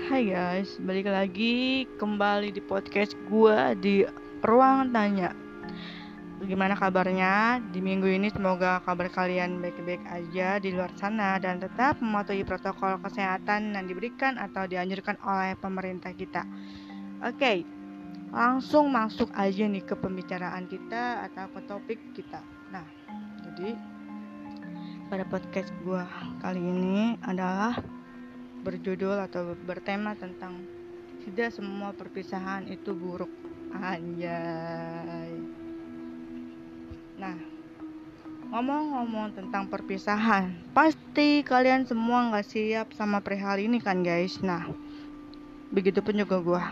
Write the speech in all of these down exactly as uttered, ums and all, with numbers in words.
Hai guys, balik lagi kembali di podcast gue di Ruang Tanya. Gimana kabarnya di minggu ini? Semoga kabar kalian baik-baik aja di luar sana dan tetap mematuhi protokol kesehatan yang diberikan atau dianjurkan oleh pemerintah kita. Oke, langsung masuk aja nih ke pembicaraan kita atau ke topik kita. Nah, jadi pada podcast gue kali ini adalah berjudul atau bertema tentang tidak semua perpisahan itu buruk. Anjay. Nah, ngomong-ngomong tentang perpisahan, pasti kalian semua gak siap sama perihal ini kan guys. Nah, begitupun juga gue.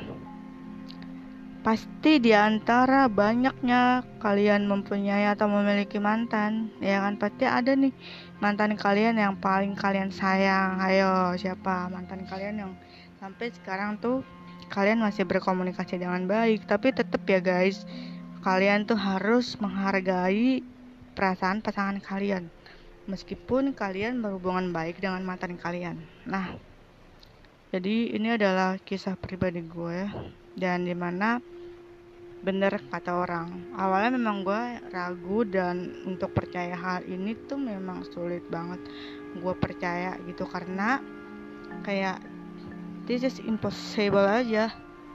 Pasti diantara banyaknya kalian mempunyai atau memiliki mantan, ya kan? Pasti ada nih mantan kalian yang paling kalian sayang. Ayo, siapa mantan kalian yang sampai sekarang tuh kalian masih berkomunikasi dengan baik? Tapi tetap ya guys, kalian tuh harus menghargai perasaan pasangan kalian, meskipun kalian berhubungan baik dengan mantan kalian. Nah, jadi ini adalah kisah pribadi gue, dan dimana bener kata orang, awalnya memang gue ragu dan untuk percaya hal ini tuh memang sulit banget gue percaya gitu, karena kayak this is impossible aja.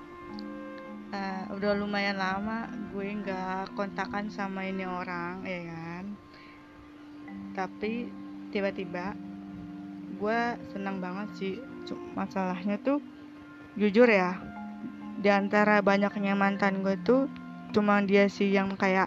Uh, udah lumayan lama gue nggak kontakan sama ini orang, ya kan? Tapi tiba-tiba gue senang banget sih. Masalahnya tuh jujur ya, di antara banyaknya mantan gue tuh cuma dia sih yang kayak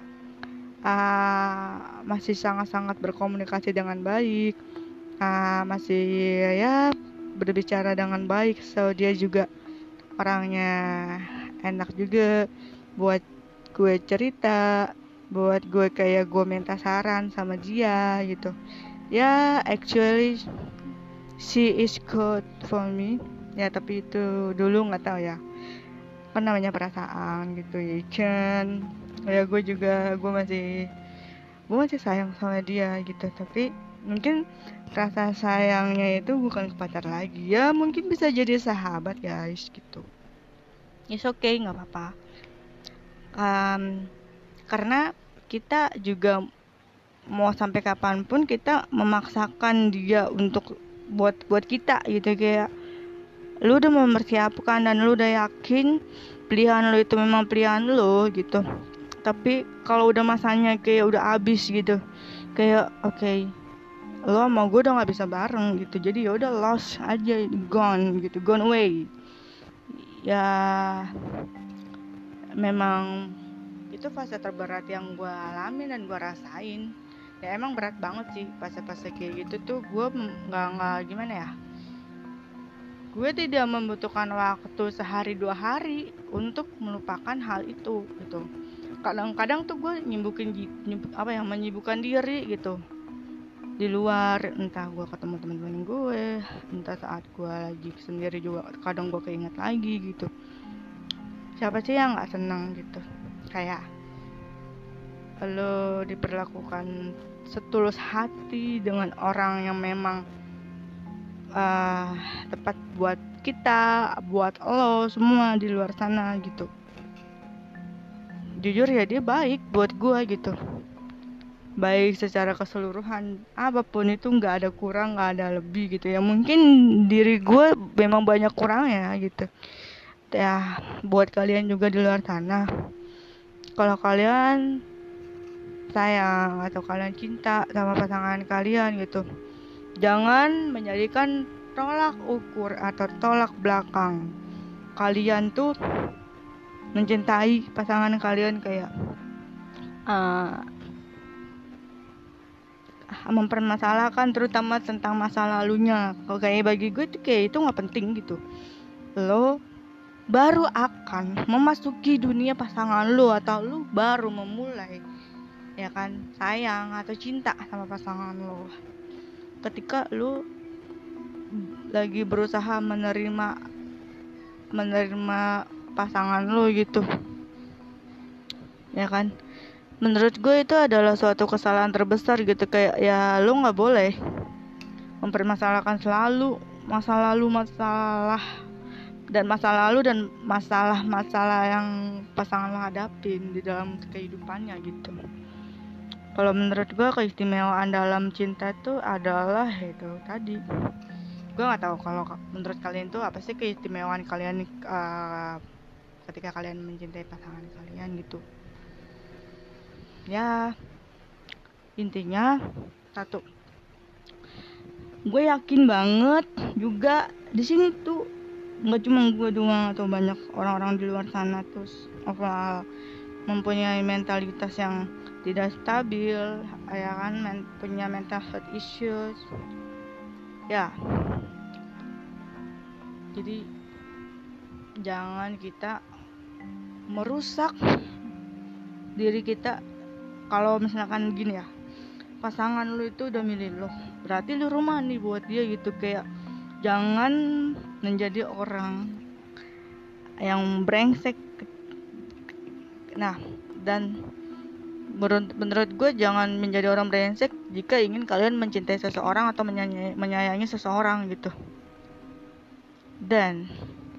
uh, masih sangat-sangat berkomunikasi dengan baik, uh, masih ya berbicara dengan baik. So dia juga orangnya enak juga buat gue cerita, buat gue kayak gue minta saran sama dia gitu. Ya actually she is good for me ya, tapi itu dulu nggak tahu ya, kan namanya perasaan gitu ya kan. Ya gue juga gue masih gue masih sayang sama dia gitu, tapi mungkin rasa sayangnya itu bukan ke pacar lagi, ya mungkin bisa jadi sahabat guys gitu. It's okay, nggak apa-apa. Um, karena kita juga mau sampai kapanpun kita memaksakan dia untuk buat buat kita gitu, kayak lu udah mempersiapkan dan lu udah yakin pilihan lu itu memang pilihan lu gitu. Tapi kalau udah masanya kayak udah habis gitu, kayak oke okay, lo sama gue udah nggak bisa bareng gitu, jadi ya udah lost aja, gone gitu, gone away. Ya memang itu fase terberat yang gue alami dan gue rasain. Ya emang berat banget sih fase-fase kayak gitu tuh. Gue nggak nggak gimana ya, gue tidak membutuhkan waktu sehari dua hari untuk melupakan hal itu gitu. Kadang-kadang tuh gue nyembukin nyibuk, apa yang menyibukkan diri gitu di luar, entah gue ketemu teman-teman gue, entah saat gue lagi sendiri juga kadang gue keinget lagi gitu. Siapa sih yang nggak senang gitu, kayak lo diperlakukan setulus hati dengan orang yang memang Uh, tepat buat kita, buat lo semua di luar sana gitu. Jujur ya, dia baik buat gue gitu, baik secara keseluruhan, apapun itu nggak ada kurang, nggak ada lebih gitu ya. Mungkin diri gue memang banyak kurangnya gitu ya. Buat kalian juga di luar sana, kalau kalian sayang atau kalian cinta sama pasangan kalian gitu, jangan menjadikan tolak ukur atau tolak belakang kalian tuh mencintai pasangan kalian kayak uh, mempermasalahkan terutama tentang masa lalunya. Kalau kayak bagi gue tuh kayak itu nggak penting gitu. Lo baru akan memasuki dunia pasangan lo, atau lo baru memulai ya kan sayang atau cinta sama pasangan lo ketika lu lagi berusaha menerima menerima pasangan lu gitu, ya kan? Menurut gue itu adalah suatu kesalahan terbesar gitu. Kayak ya lu nggak boleh mempermasalahkan selalu masa lalu, masalah dan masa lalu dan masalah-masalah yang pasangan lo hadapin di dalam kehidupannya gitu. Kalau menurut gue keistimewaan dalam cinta tuh adalah itu tadi. Gue nggak tahu kalau menurut kalian tuh apa sih keistimewaan kalian uh, ketika kalian mencintai pasangan kalian gitu. Ya intinya satu, gue yakin banget juga di sini tuh nggak cuma gue doang atau banyak orang-orang di luar sana terus apa mempunyai mentalitas yang tidak stabil, ya kan, men- punya mental health issues. Ya, jadi jangan kita merusak diri kita. Kalau misalkan gini ya, pasangan lu itu udah milih lo, berarti lu rumah nih buat dia gitu. Kayak jangan menjadi orang yang brengsek. Nah, dan menurut, menurut gue jangan menjadi orang brengsek jika ingin kalian mencintai seseorang atau menyayangi, menyayangi seseorang gitu. Dan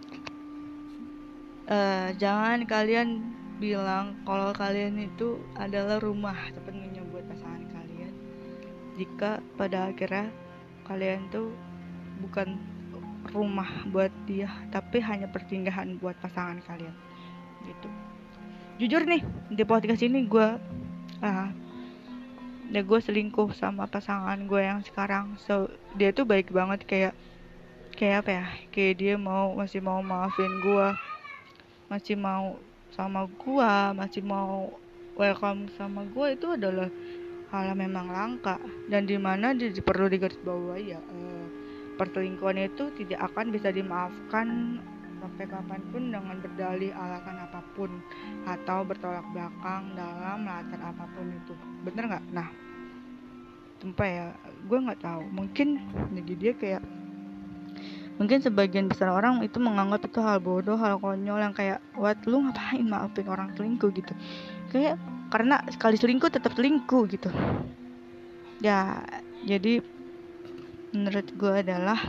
uh, jangan kalian bilang kalau kalian itu adalah rumah sepenuhnya buat pasangan kalian jika pada akhirnya kalian tuh bukan rumah buat dia tapi hanya persinggahan buat pasangan kalian gitu. Jujur nih, di podcast ini gue uh, ya gue selingkuh sama pasangan gue yang sekarang. So dia tuh baik banget, kayak kayak apa ya, kayak dia mau masih mau maafin gue, masih mau sama gua, masih mau welcome sama gua. Itu adalah hal yang memang langka dan dimana di, perlu digarisbawahi ya, eh, perselingkuhan itu tidak akan bisa dimaafkan sampai kapanpun dengan berdalih alasan apapun atau bertolak belakang dalam latar apapun itu, bener nggak? Nah, sumpah ya, gue nggak tahu, mungkin jadi dia kayak mungkin sebagian besar orang itu menganggap itu hal bodoh, hal konyol yang kayak what, lu ngapain maafin orang selingkuh gitu. Kayak karena sekali selingkuh tetap selingkuh gitu. Ya, jadi menurut gue adalah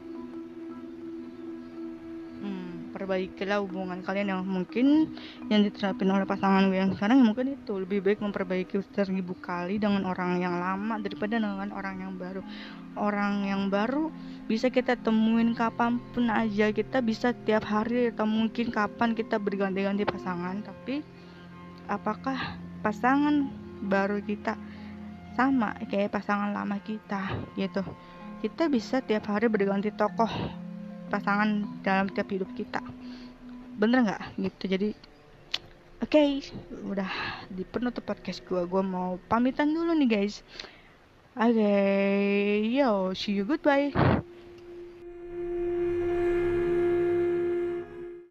hmm, perbaikilah hubungan kalian yang mungkin yang diterapin oleh pasangan gue yang sekarang. Mungkin itu lebih baik memperbaiki seribu kali dengan orang yang lama daripada dengan orang yang baru. Orang yang baru bisa kita temuin kapanpun aja, kita bisa tiap hari atau mungkin kapan kita berganti-ganti pasangan, tapi apakah pasangan baru kita sama kayak pasangan lama kita gitu? Kita bisa tiap hari berganti tokoh pasangan dalam tiap hidup kita, bener nggak gitu? Jadi oke, okay, udah di penutup podcast gue gue mau pamitan dulu nih guys. Oke, okay, yo, see you, goodbye.